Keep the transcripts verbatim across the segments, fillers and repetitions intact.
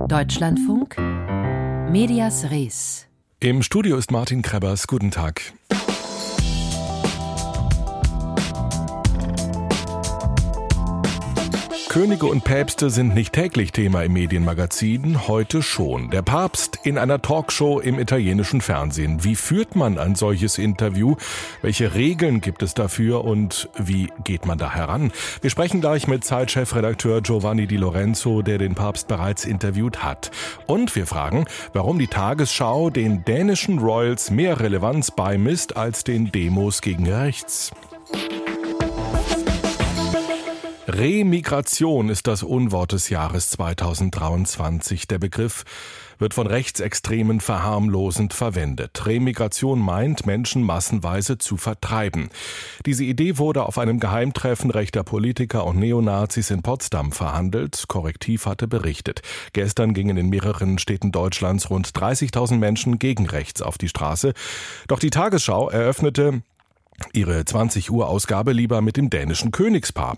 Deutschlandfunk, Medias Res. Im Studio ist Martin Krebbers. Guten Tag. Könige und Päpste sind nicht täglich Thema im Medienmagazin, heute schon. Der Papst in einer Talkshow im italienischen Fernsehen. Wie führt man ein solches Interview? Welche Regeln gibt es dafür und wie geht man da heran? Wir sprechen gleich mit Zeit-Chefredakteur Giovanni Di Lorenzo, der den Papst bereits interviewt hat. Und wir fragen, warum die Tagesschau den dänischen Royals mehr Relevanz beimisst als den Demos gegen rechts. Remigration ist das Unwort des Jahres zweitausenddreiundzwanzig. Der Begriff wird von Rechtsextremen verharmlosend verwendet. Remigration meint, Menschen massenweise zu vertreiben. Diese Idee wurde auf einem Geheimtreffen rechter Politiker und Neonazis in Potsdam verhandelt. Korrektiv hatte berichtet. Gestern gingen in mehreren Städten Deutschlands rund dreißigtausend Menschen gegen rechts auf die Straße. Doch die Tagesschau eröffnete ihre zwanzig Uhr Ausgabe lieber mit dem dänischen Königspaar.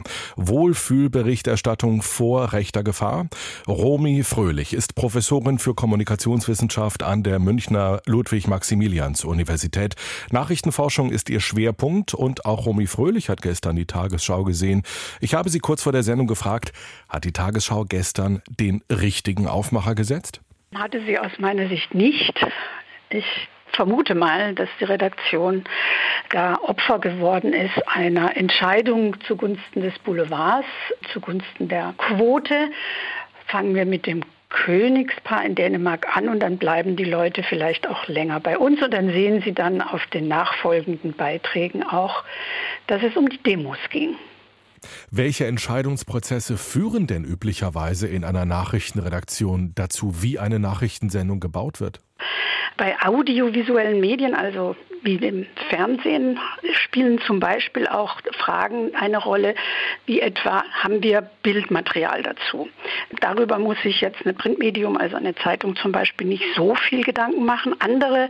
Wohlfühlberichterstattung vor rechter Gefahr? Romy Fröhlich ist Professorin für Kommunikationswissenschaft an der Münchner Ludwig-Maximilians-Universität. Nachrichtenforschung ist ihr Schwerpunkt und auch Romy Fröhlich hat gestern die Tagesschau gesehen. Ich habe sie kurz vor der Sendung gefragt, hat die Tagesschau gestern den richtigen Aufmacher gesetzt? Hatte sie aus meiner Sicht nicht. Ich vermute mal, dass die Redaktion da Opfer geworden ist einer Entscheidung zugunsten des Boulevards, zugunsten der Quote. Fangen wir mit dem Königspaar in Dänemark an und dann bleiben die Leute vielleicht auch länger bei uns und dann sehen sie dann auf den nachfolgenden Beiträgen auch, dass es um die Demos ging. Welche Entscheidungsprozesse führen denn üblicherweise in einer Nachrichtenredaktion dazu, wie eine Nachrichtensendung gebaut wird? Bei audiovisuellen Medien, also wie dem Fernsehen, spielen zum Beispiel auch Fragen eine Rolle, wie etwa, haben wir Bildmaterial dazu? Darüber muss sich jetzt ein Printmedium, also eine Zeitung zum Beispiel, nicht so viel Gedanken machen. Andere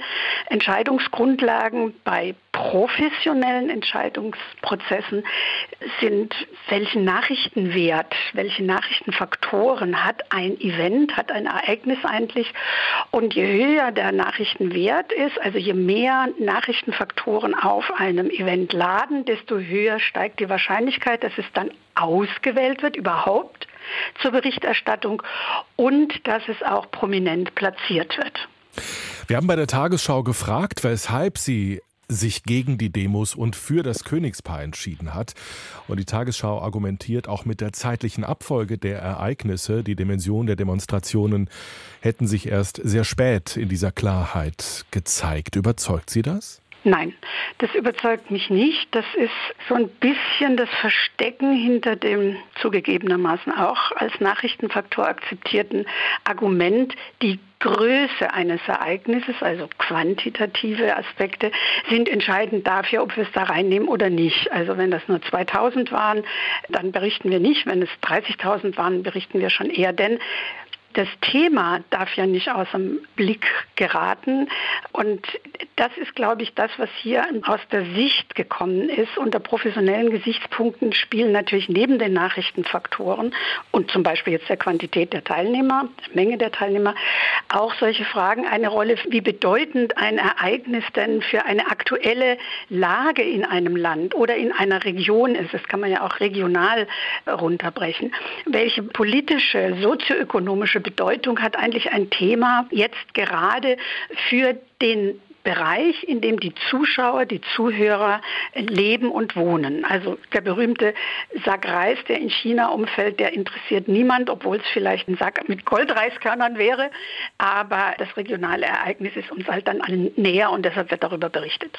Entscheidungsgrundlagen bei professionellen Entscheidungsprozessen sind, welchen Nachrichtenwert, welche Nachrichtenfaktoren hat ein Event, hat ein Ereignis eigentlich. Und je höher der Nachrichtenwert ist, also je mehr Nachrichtenfaktoren auf einem Event laden, desto höher steigt die Wahrscheinlichkeit, dass es dann ausgewählt wird, überhaupt zur Berichterstattung und dass es auch prominent platziert wird. Wir haben bei der Tagesschau gefragt, weshalb sie sich gegen die Demos und für das Königspaar entschieden hat. Und die Tagesschau argumentiert auch mit der zeitlichen Abfolge der Ereignisse. Die Dimension der Demonstrationen hätten sich erst sehr spät in dieser Klarheit gezeigt. Überzeugt Sie das? Nein, das überzeugt mich nicht. Das ist so ein bisschen das Verstecken hinter dem zugegebenermaßen auch als Nachrichtenfaktor akzeptierten Argument, die Größe eines Ereignisses, also quantitative Aspekte, sind entscheidend dafür, ob wir es da reinnehmen oder nicht. Also wenn das nur zweitausend waren, dann berichten wir nicht. Wenn es dreißigtausend waren, berichten wir schon eher. Denn das Thema darf ja nicht aus dem Blick geraten und das ist, glaube ich, das, was hier aus der Sicht gekommen ist. Unter professionellen Gesichtspunkten spielen natürlich neben den Nachrichtenfaktoren und zum Beispiel jetzt der Quantität der Teilnehmer, der Menge der Teilnehmer, auch solche Fragen eine Rolle, wie bedeutend ein Ereignis denn für eine aktuelle Lage in einem Land oder in einer Region ist. Das kann man ja auch regional runterbrechen. Welche politische, sozioökonomische Bedeutung hat eigentlich ein Thema jetzt gerade für den Bereich, in dem die Zuschauer, die Zuhörer leben und wohnen. Also der berühmte Sack Reis, der in China umfällt, der interessiert niemand, obwohl es vielleicht ein Sack mit Goldreiskörnern wäre. Aber das regionale Ereignis ist uns halt dann allen näher und deshalb wird darüber berichtet.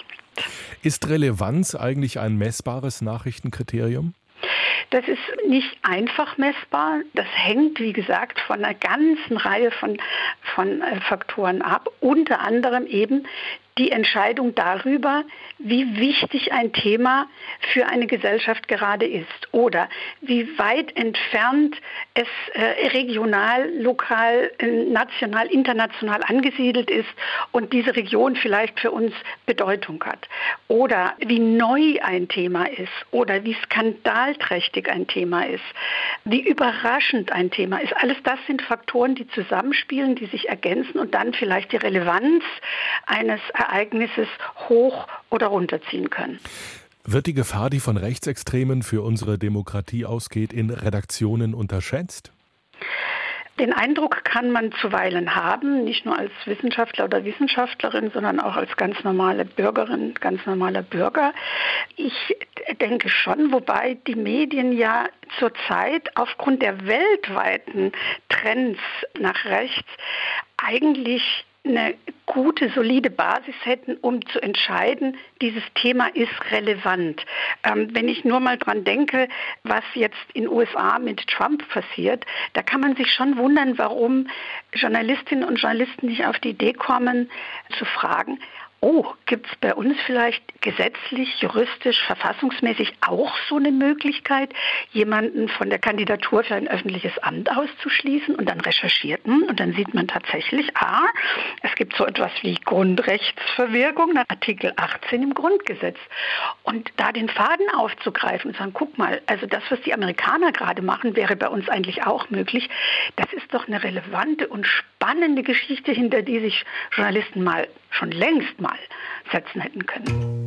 Ist Relevanz eigentlich ein messbares Nachrichtenkriterium? Das ist nicht einfach messbar. Das hängt, wie gesagt, von einer ganzen Reihe von, von Faktoren ab. Unter anderem eben die Entscheidung darüber, wie wichtig ein Thema für eine Gesellschaft gerade ist oder wie weit entfernt es äh, regional, lokal, äh, national, international angesiedelt ist und diese Region vielleicht für uns Bedeutung hat. Oder wie neu ein Thema ist oder wie skandalträchtig ein Thema ist, wie überraschend ein Thema ist. Alles das sind Faktoren, die zusammenspielen, die sich ergänzen und dann vielleicht die Relevanz eines Ereignisses hoch oder runterziehen können. Wird die Gefahr, die von Rechtsextremen für unsere Demokratie ausgeht, in Redaktionen unterschätzt? Den Eindruck kann man zuweilen haben, nicht nur als Wissenschaftler oder Wissenschaftlerin, sondern auch als ganz normale Bürgerin, ganz normaler Bürger. Ich denke schon, wobei die Medien ja zurzeit aufgrund der weltweiten Trends nach rechts eigentlich eine gute, solide Basis hätten, um zu entscheiden, dieses Thema ist relevant. Ähm, wenn ich nur mal dran denke, was jetzt in den U S A mit Trump passiert, da kann man sich schon wundern, warum Journalistinnen und Journalisten nicht auf die Idee kommen, zu fragen, oh, gibt es bei uns vielleicht gesetzlich, juristisch, verfassungsmäßig auch so eine Möglichkeit, jemanden von der Kandidatur für ein öffentliches Amt auszuschließen? Und dann recherchiert man und dann sieht man tatsächlich, ah, es gibt so etwas wie Grundrechtsverwirkung nach Artikel achtzehn im Grundgesetz. Und da den Faden aufzugreifen und sagen, guck mal, also das, was die Amerikaner gerade machen, wäre bei uns eigentlich auch möglich. Das ist doch eine relevante und spannende Geschichte, hinter die sich Journalisten mal schon längst mal setzen hätten können.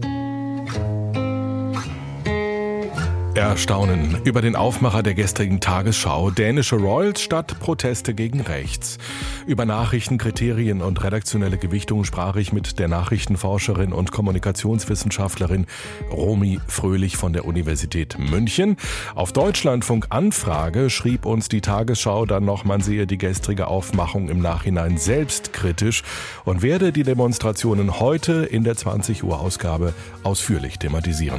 Erstaunen über den Aufmacher der gestrigen Tagesschau. Dänische Royals statt Proteste gegen rechts. Über Nachrichtenkriterien und redaktionelle Gewichtung sprach ich mit der Nachrichtenforscherin und Kommunikationswissenschaftlerin Romy Fröhlich von der Universität München. Auf Deutschlandfunk Anfrage schrieb uns die Tagesschau dann noch, man sehe die gestrige Aufmachung im Nachhinein selbstkritisch und werde die Demonstrationen heute in der zwanzig Uhr Ausgabe ausführlich thematisieren.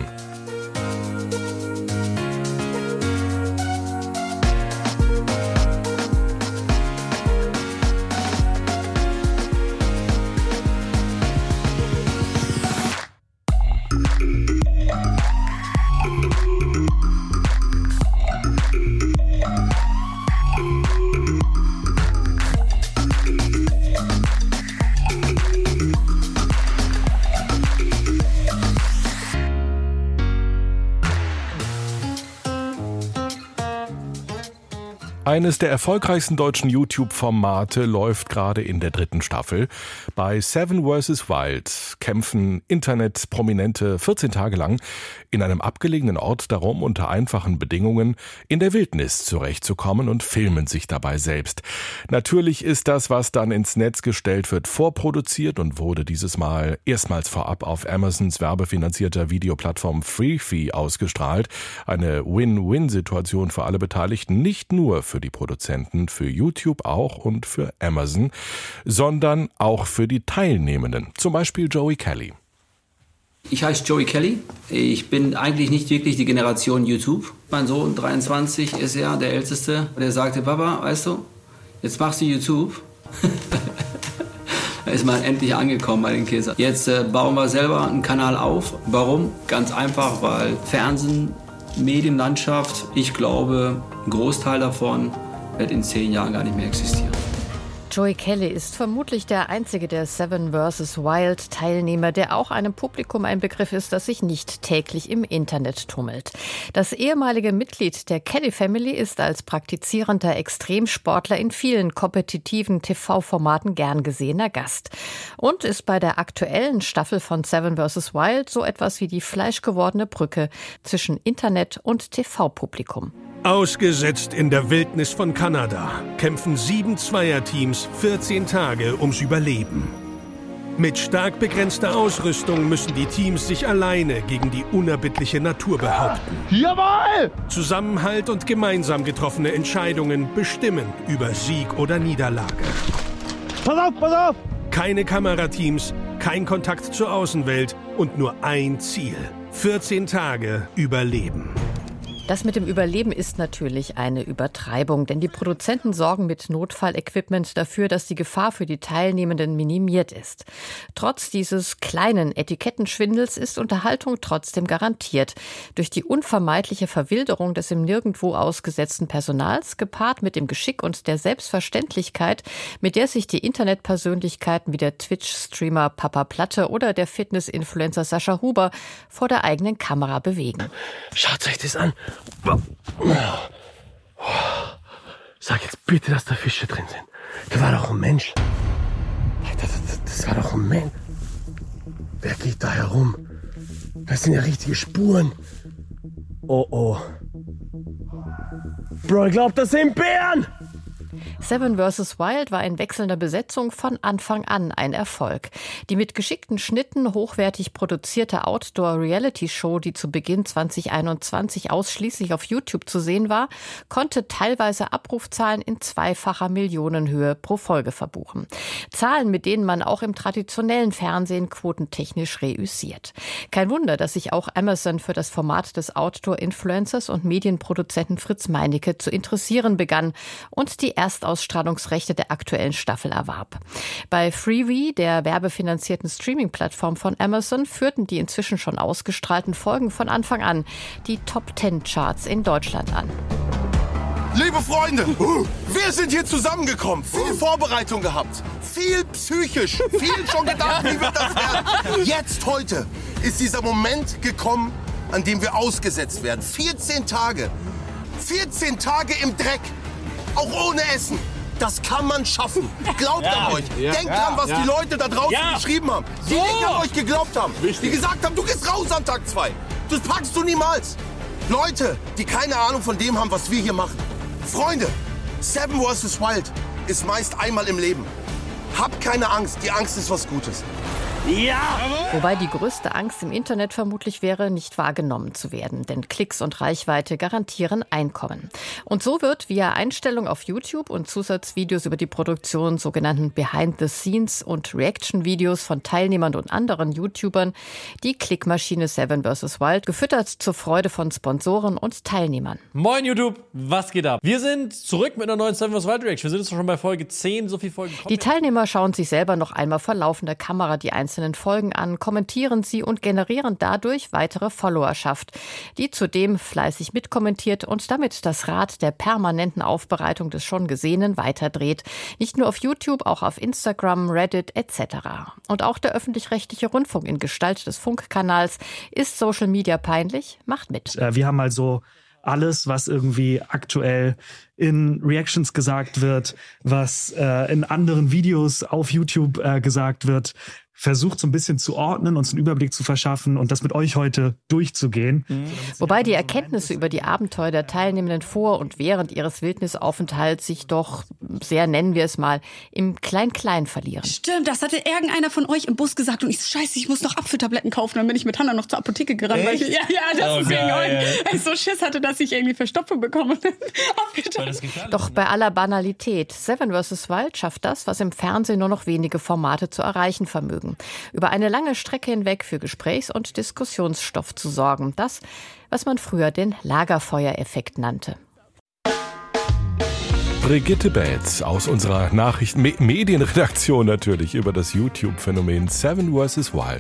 Eines der erfolgreichsten deutschen YouTube-Formate läuft gerade in der dritten Staffel. Bei Seven versus. Wild kämpfen Internetprominente vierzehn Tage lang in einem abgelegenen Ort darum, unter einfachen Bedingungen in der Wildnis zurechtzukommen und filmen sich dabei selbst. Natürlich ist das, was dann ins Netz gestellt wird, vorproduziert und wurde dieses Mal erstmals vorab auf Amazons werbefinanzierter Videoplattform Freevee ausgestrahlt. Eine Win-Win-Situation für alle Beteiligten, nicht nur für die Produzenten, für YouTube auch und für Amazon, sondern auch für die Teilnehmenden, zum Beispiel Joey Kelly. Ich heiße Joey Kelly. Ich bin eigentlich nicht wirklich die Generation YouTube. Mein Sohn, dreiundzwanzig, ist ja der Älteste. Der sagte, Papa, weißt du, jetzt machst du YouTube. Da ist man endlich angekommen bei den Kids. Jetzt äh, bauen wir selber einen Kanal auf. Warum? Ganz einfach, weil Fernsehen, Medienlandschaft, ich glaube, ein Großteil davon wird in zehn Jahren gar nicht mehr existieren. Joey Kelly ist vermutlich der einzige der Seven versus. Wild Teilnehmer, der auch einem Publikum ein Begriff ist, das sich nicht täglich im Internet tummelt. Das ehemalige Mitglied der Kelly Family ist als praktizierender Extremsportler in vielen kompetitiven T V-Formaten gern gesehener Gast und ist bei der aktuellen Staffel von Seven versus. Wild so etwas wie die fleischgewordene Brücke zwischen Internet und T V-Publikum. Ausgesetzt in der Wildnis von Kanada kämpfen sieben Zweierteams vierzehn Tage ums Überleben. Mit stark begrenzter Ausrüstung müssen die Teams sich alleine gegen die unerbittliche Natur behaupten. Jawohl! Zusammenhalt und gemeinsam getroffene Entscheidungen bestimmen über Sieg oder Niederlage. Pass auf, pass auf! Keine Kamerateams, kein Kontakt zur Außenwelt und nur ein Ziel. vierzehn Tage Überleben. Das mit dem Überleben ist natürlich eine Übertreibung, denn die Produzenten sorgen mit Notfallequipment dafür, dass die Gefahr für die Teilnehmenden minimiert ist. Trotz dieses kleinen Etikettenschwindels ist Unterhaltung trotzdem garantiert. Durch die unvermeidliche Verwilderung des im Nirgendwo ausgesetzten Personals, gepaart mit dem Geschick und der Selbstverständlichkeit, mit der sich die Internetpersönlichkeiten wie der Twitch-Streamer Papa Platte oder der Fitness-Influencer Sascha Huber vor der eigenen Kamera bewegen. Schaut euch das an. Sag jetzt bitte, dass da Fische drin sind. Da war doch ein Mensch. Das, das, das war doch ein Mensch. Wer geht da herum? Das sind ja richtige Spuren. Oh oh. Bro, ich glaub, das sind Bären! Seven versus. Wild war in wechselnder Besetzung von Anfang an ein Erfolg. Die mit geschickten Schnitten hochwertig produzierte Outdoor-Reality-Show, die zu Beginn zwanzig einundzwanzig ausschließlich auf YouTube zu sehen war, konnte teilweise Abrufzahlen in zweifacher Millionenhöhe pro Folge verbuchen. Zahlen, mit denen man auch im traditionellen Fernsehen quotentechnisch reüssiert. Kein Wunder, dass sich auch Amazon für das Format des Outdoor-Influencers und Medienproduzenten Fritz Meinecke zu interessieren begann und die Erstausstrahlungsrechte der aktuellen Staffel erwarb. Bei Freevee, der werbefinanzierten Streaming-Plattform von Amazon, führten die inzwischen schon ausgestrahlten Folgen von Anfang an die Top Ten Charts in Deutschland an. Liebe Freunde, wir sind hier zusammengekommen, viel Vorbereitung gehabt, viel psychisch, viel schon gedacht, wie wird das werden. Jetzt, heute, ist dieser Moment gekommen, an dem wir ausgesetzt werden. vierzehn Tage, vierzehn Tage im Dreck. Auch ohne Essen. Das kann man schaffen. Glaubt ja, an euch. Ja, Denkt ja, dran, was ja. die Leute da draußen ja. geschrieben haben. Die so. nicht an euch geglaubt haben. Wichtig. Die gesagt haben, du gehst raus an Tag zwei. Das packst du niemals. Leute, die keine Ahnung von dem haben, was wir hier machen. Freunde, Seven versus. Wild ist meist einmal im Leben. Habt keine Angst. Die Angst ist was Gutes. Ja! Wobei die größte Angst im Internet vermutlich wäre, nicht wahrgenommen zu werden. Denn Klicks und Reichweite garantieren Einkommen. Und so wird via Einstellung auf YouTube und Zusatzvideos über die Produktion, sogenannten Behind-the-Scenes- und Reaction-Videos von Teilnehmern und anderen YouTubern, die Klickmaschine Seven versus. Wild, gefüttert zur Freude von Sponsoren und Teilnehmern. Moin YouTube, was geht ab? Wir sind zurück mit einer neuen Seven versus. Wild Reaction. Wir sind jetzt schon bei Folge zehn, so viele Folgen kommen. Die Teilnehmer schauen sich selber noch einmal vor laufender Kamera die einzelnen Folgen an, kommentieren sie und generieren dadurch weitere Followerschaft, die zudem fleißig mitkommentiert und damit das Rad der permanenten Aufbereitung des schon Gesehenen weiterdreht. Nicht nur auf YouTube, auch auf Instagram, Reddit et cetera. Und auch der öffentlich-rechtliche Rundfunk in Gestalt des Funkkanals ist Social Media peinlich, macht mit. Wir haben also alles, was irgendwie aktuell in Reactions gesagt wird, was äh, in anderen Videos auf YouTube äh, gesagt wird, versucht so ein bisschen zu ordnen, uns einen Überblick zu verschaffen und das mit euch heute durchzugehen. Mhm. Wobei die Erkenntnisse über die Abenteuer der Teilnehmenden vor und während ihres Wildnisaufenthalts sich doch sehr, nennen wir es mal, im Klein-Klein verlieren. Stimmt, das hatte irgendeiner von euch im Bus gesagt und ich so, scheiße, ich muss noch Apfeltabletten kaufen. Dann bin ich mit Hannah noch zur Apotheke gerannt. Weil ich, ja, ja, das oh, ist geil. Weil ich so Schiss hatte, dass ich irgendwie Verstopfung bekomme. Doch bei aller Banalität, Seven versus. Wild schafft das, was im Fernsehen nur noch wenige Formate zu erreichen vermögen. Über eine lange Strecke hinweg für Gesprächs- und Diskussionsstoff zu sorgen. Das, was man früher den Lagerfeuereffekt nannte. Brigitte Baetz aus unserer Nachrichten-Medienredaktion natürlich über das YouTube-Phänomen Seven versus. Wild.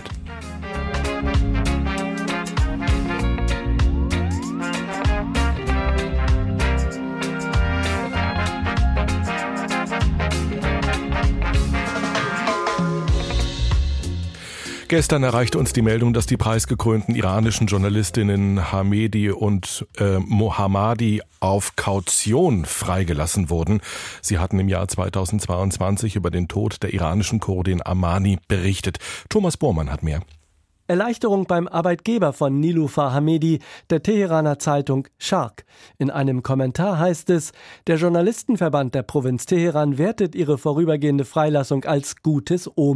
Gestern erreichte uns die Meldung, dass die preisgekrönten iranischen Journalistinnen Hamedi und äh, Mohammadi auf Kaution freigelassen wurden. Sie hatten im Jahr zweitausendzweiundzwanzig über den Tod der iranischen Kurdin Amani berichtet. Thomas Bormann hat mehr. Erleichterung beim Arbeitgeber von Nilufar Hamedi, der Teheraner Zeitung Sharq. In einem Kommentar heißt es, der Journalistenverband der Provinz Teheran wertet ihre vorübergehende Freilassung als gutes Omen.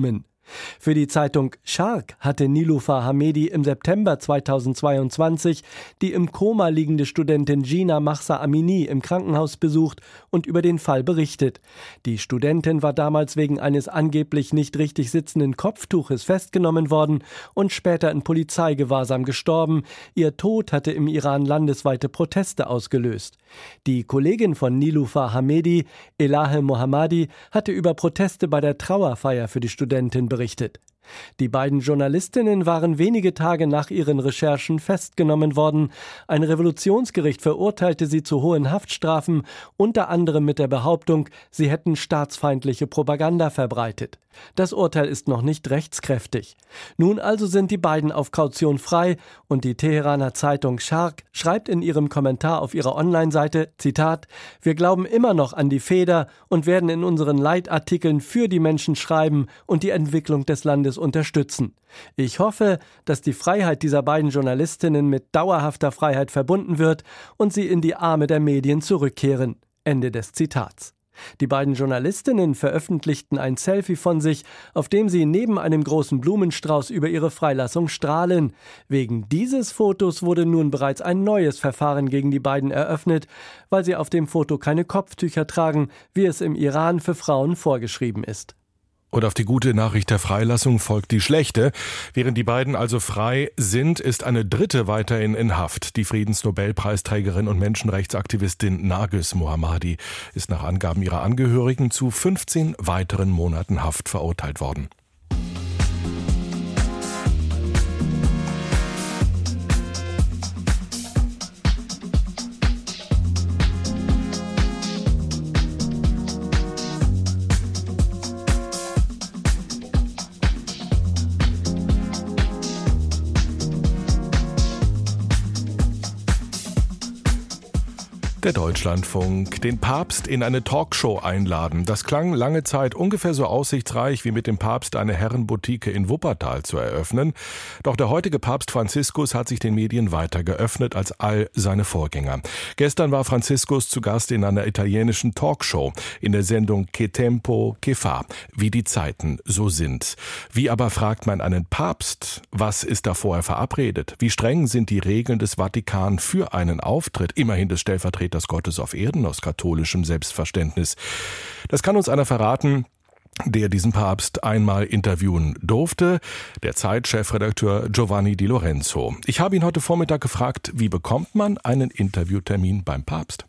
Für die Zeitung Shark hatte Niloufar Hamedi im September zweitausendzweiundzwanzig die im Koma liegende Studentin Gina Mahsa Amini im Krankenhaus besucht und über den Fall berichtet. Die Studentin war damals wegen eines angeblich nicht richtig sitzenden Kopftuches festgenommen worden und später in Polizeigewahrsam gestorben. Ihr Tod hatte im Iran landesweite Proteste ausgelöst. Die Kollegin von Niloufar Hamedi, Elahe Mohammadi, hatte über Proteste bei der Trauerfeier für die Studentin berichtet. Die beiden Journalistinnen waren wenige Tage nach ihren Recherchen festgenommen worden. Ein Revolutionsgericht verurteilte sie zu hohen Haftstrafen, unter anderem mit der Behauptung, sie hätten staatsfeindliche Propaganda verbreitet. Das Urteil ist noch nicht rechtskräftig. Nun also sind die beiden auf Kaution frei und die Teheraner Zeitung Shark schreibt in ihrem Kommentar auf ihrer Online-Seite, Zitat, wir glauben immer noch an die Feder und werden in unseren Leitartikeln für die Menschen schreiben und die Entwicklung des Landes unterstützen. Ich hoffe, dass die Freiheit dieser beiden Journalistinnen mit dauerhafter Freiheit verbunden wird und sie in die Arme der Medien zurückkehren. Ende des Zitats. Die beiden Journalistinnen veröffentlichten ein Selfie von sich, auf dem sie neben einem großen Blumenstrauß über ihre Freilassung strahlen. Wegen dieses Fotos wurde nun bereits ein neues Verfahren gegen die beiden eröffnet, weil sie auf dem Foto keine Kopftücher tragen, wie es im Iran für Frauen vorgeschrieben ist. Und auf die gute Nachricht der Freilassung folgt die schlechte. Während die beiden also frei sind, ist eine dritte weiterhin in Haft. Die Friedensnobelpreisträgerin und Menschenrechtsaktivistin Narges Mohammadi ist nach Angaben ihrer Angehörigen zu fünfzehn weiteren Monaten Haft verurteilt worden. Der Deutschlandfunk, den Papst in eine Talkshow einladen. Das klang lange Zeit ungefähr so aussichtsreich, wie mit dem Papst eine Herrenboutique in Wuppertal zu eröffnen. Doch der heutige Papst Franziskus hat sich den Medien weiter geöffnet als all seine Vorgänger. Gestern war Franziskus zu Gast in einer italienischen Talkshow in der Sendung Che Tempo, Che Fa, wie die Zeiten so sind. Wie aber fragt man einen Papst? Was ist da vorher verabredet? Wie streng sind die Regeln des Vatikan für einen Auftritt? Immerhin des Stellvertreters Gottes auf Erden aus katholischem Selbstverständnis. Das kann uns einer verraten, der diesen Papst einmal interviewen durfte, der Zeit-Chefredakteur Giovanni Di Lorenzo. Ich habe ihn heute Vormittag gefragt, wie bekommt man einen Interviewtermin beim Papst?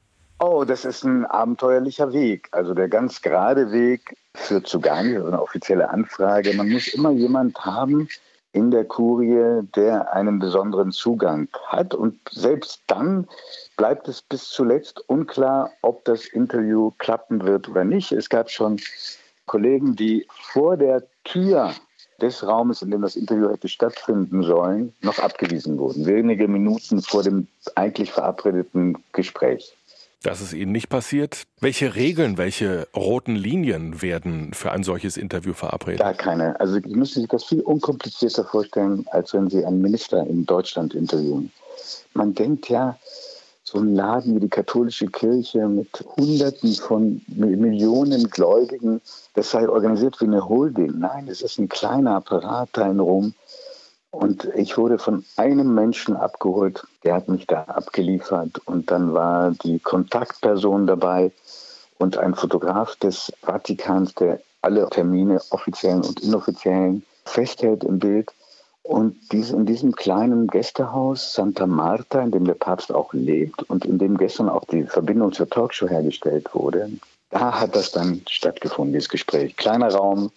Oh, das ist ein abenteuerlicher Weg. Also der ganz gerade Weg führt zu gar nicht, also eine offizielle Anfrage. Man muss immer jemand haben in der Kurie, der einen besonderen Zugang hat. Und selbst dann bleibt es bis zuletzt unklar, ob das Interview klappen wird oder nicht. Es gab schon Kollegen, die vor der Tür des Raumes, in dem das Interview hätte stattfinden sollen, noch abgewiesen wurden. Wenige Minuten vor dem eigentlich verabredeten Gespräch. Das ist Ihnen nicht passiert. Welche Regeln, welche roten Linien werden für ein solches Interview verabredet? Gar keine. Also Sie müssen sich das viel unkomplizierter vorstellen, als wenn Sie einen Minister in Deutschland interviewen. Man denkt ja, so ein Laden wie die katholische Kirche mit Hunderten von Millionen Gläubigen, das sei organisiert wie eine Holding. Nein, es ist ein kleiner Apparat da in Rom. Und ich wurde von einem Menschen abgeholt, der hat mich da abgeliefert. Und dann war die Kontaktperson dabei und ein Fotograf des Vatikans, der alle Termine, offiziellen und inoffiziellen, festhält im Bild. Und dies, in diesem kleinen Gästehaus Santa Marta, in dem der Papst auch lebt und in dem gestern auch die Verbindung zur Talkshow hergestellt wurde, da hat das dann stattgefunden, dieses Gespräch. Kleiner Raum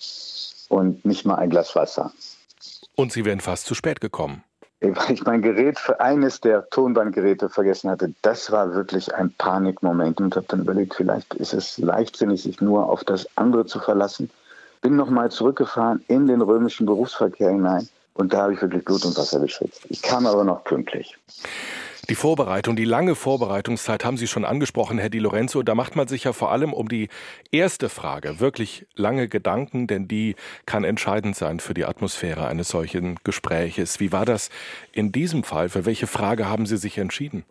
und nicht mal ein Glas Wasser. Und Sie wären fast zu spät gekommen. Weil ich mein Gerät für eines der Tonbandgeräte vergessen hatte. Das war wirklich ein Panikmoment. Und habe dann überlegt, vielleicht ist es leichtsinnig, sich nur auf das andere zu verlassen. Bin nochmal zurückgefahren in den römischen Berufsverkehr hinein. Und da habe ich wirklich Blut und Wasser geschwitzt. Ich kam aber noch pünktlich. Die Vorbereitung, die lange Vorbereitungszeit haben Sie schon angesprochen, Herr Di Lorenzo. Da macht man sich ja vor allem um die erste Frage wirklich lange Gedanken, denn die kann entscheidend sein für die Atmosphäre eines solchen Gespräches. Wie war das in diesem Fall? Für welche Frage haben Sie sich entschieden?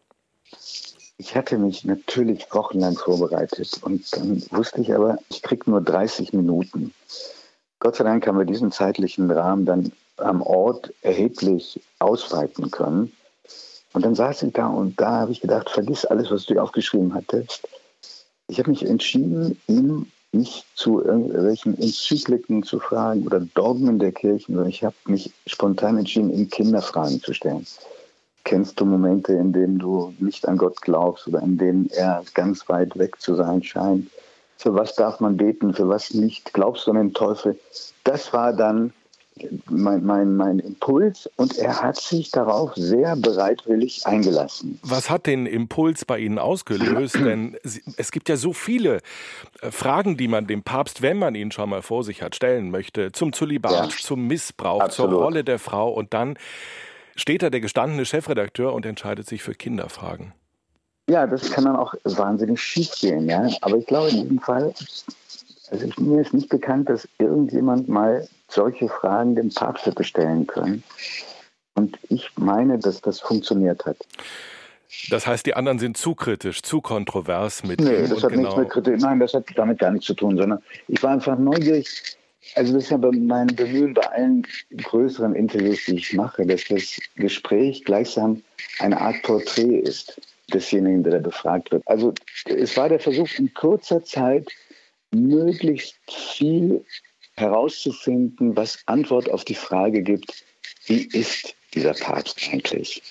Ich hatte mich natürlich wochenlang vorbereitet und dann wusste ich aber, ich kriege nur dreißig Minuten. Gott sei Dank haben wir diesen zeitlichen Rahmen dann am Ort erheblich ausweiten können. Und dann saß ich da und da habe ich gedacht, vergiss alles, was du dir aufgeschrieben hattest. Ich habe mich entschieden, ihm nicht zu irgendwelchen Enzykliken zu fragen oder Dogmen der Kirchen, sondern ich habe mich spontan entschieden, ihm Kinderfragen zu stellen. Kennst du Momente, in denen du nicht an Gott glaubst oder in denen er ganz weit weg zu sein scheint? Für was darf man beten, für was nicht? Glaubst du an den Teufel? Das war dann mein, mein, mein Impuls und er hat sich darauf sehr bereitwillig eingelassen. Was hat den Impuls bei Ihnen ausgelöst? Denn es gibt ja so viele Fragen, die man dem Papst, wenn man ihn schon mal vor sich hat, stellen möchte. Zum Zölibat, ja, zum Missbrauch, absolut, zur Rolle der Frau. Und dann steht da der gestandene Chefredakteur und entscheidet sich für Kinderfragen. Ja, das kann dann auch wahnsinnig schief gehen. Ja? Aber ich glaube in diesem Fall, also ich, mir ist nicht bekannt, dass irgendjemand mal solche Fragen dem Papst hätte stellen können. Und ich meine, dass das funktioniert hat. Das heißt, die anderen sind zu kritisch, zu kontrovers mit nee, ihm. Das hat genau nichts mit Kritik. Nein, das hat damit gar nichts zu tun, sondern ich war einfach neugierig. Also das ist ja mein Bemühen bei allen größeren Interviews, die ich mache, dass das Gespräch gleichsam eine Art Porträt ist desjenigen, der da befragt wird. Also es war der Versuch, in kurzer Zeit möglichst viel herauszufinden, was Antwort auf die Frage gibt, wie ist dieser Papst eigentlich?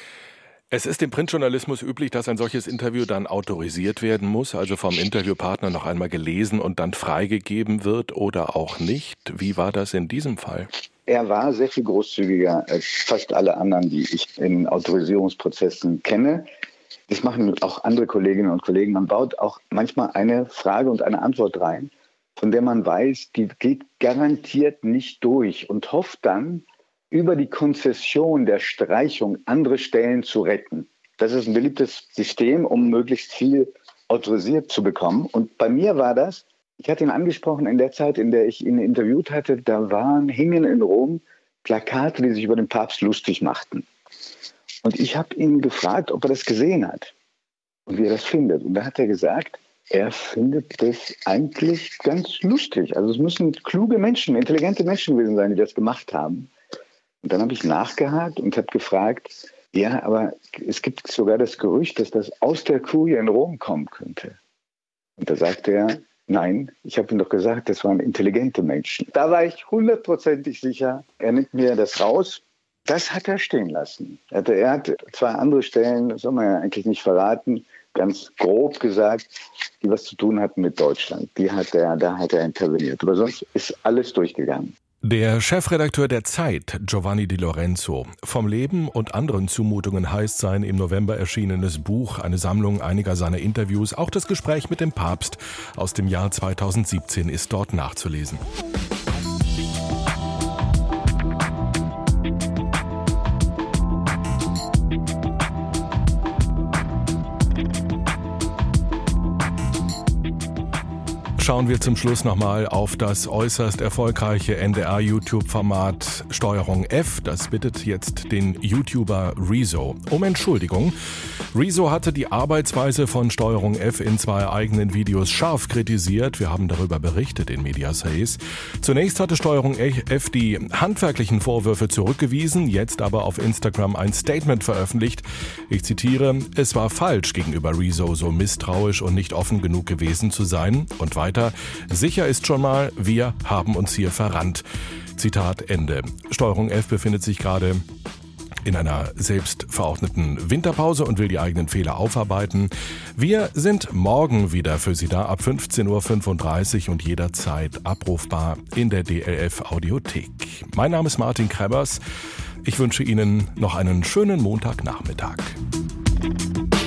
Es ist im Printjournalismus üblich, dass ein solches Interview dann autorisiert werden muss, also vom Interviewpartner noch einmal gelesen und dann freigegeben wird oder auch nicht. Wie war das in diesem Fall? Er war sehr viel großzügiger als fast alle anderen, die ich in Autorisierungsprozessen kenne. Das machen auch andere Kolleginnen und Kollegen. Man baut auch manchmal eine Frage und eine Antwort rein, von der man weiß, die geht garantiert nicht durch und hofft dann, über die Konzession der Streichung andere Stellen zu retten. Das ist ein beliebtes System, um möglichst viel autorisiert zu bekommen. Und bei mir war das, ich hatte ihn angesprochen in der Zeit, in der ich ihn interviewt hatte, da waren, hingen in Rom Plakate, die sich über den Papst lustig machten. Und ich habe ihn gefragt, ob er das gesehen hat und wie er das findet. Und da hat er gesagt, er findet das eigentlich ganz lustig. Also es müssen kluge Menschen, intelligente Menschen gewesen sein, die das gemacht haben. Und dann habe ich nachgehakt und habe gefragt, ja, aber es gibt sogar das Gerücht, dass das aus der Kurie in Rom kommen könnte. Und da sagte er, nein, ich habe ihm doch gesagt, das waren intelligente Menschen. Da war ich hundertprozentig sicher, er nimmt mir das raus. Das hat er stehen lassen. Er hat zwei andere Stellen, das soll man ja eigentlich nicht verraten, ganz grob gesagt, die was zu tun hatten mit Deutschland. Die hat er, da hat er interveniert. Aber sonst ist alles durchgegangen. Der Chefredakteur der Zeit, Giovanni Di Lorenzo, vom Leben und anderen Zumutungen heißt sein im November erschienenes Buch, eine Sammlung einiger seiner Interviews. Auch das Gespräch mit dem Papst aus dem Jahr zweitausendsiebzehn ist dort nachzulesen. Schauen wir zum Schluss nochmal auf das äußerst erfolgreiche N D R-YouTube-Format Steuerung F. Das bittet jetzt den YouTuber Rezo um Entschuldigung. Rezo hatte die Arbeitsweise von Steuerung F in zwei eigenen Videos scharf kritisiert. Wir haben darüber berichtet in Medias Res. Zunächst hatte Steuerung F die handwerklichen Vorwürfe zurückgewiesen, jetzt aber auf Instagram ein Statement veröffentlicht. Ich zitiere, es war falsch, gegenüber Rezo so misstrauisch und nicht offen genug gewesen zu sein. Und weiter, sicher ist schon mal, wir haben uns hier verrannt. Zitat Ende. Steuerung F befindet sich gerade in einer selbst verordneten Winterpause und will die eigenen Fehler aufarbeiten. Wir sind morgen wieder für Sie da ab fünfzehn Uhr fünfunddreißig und jederzeit abrufbar in der D L F Audiothek. Mein Name ist Martin Krebers. Ich wünsche Ihnen noch einen schönen Montagnachmittag.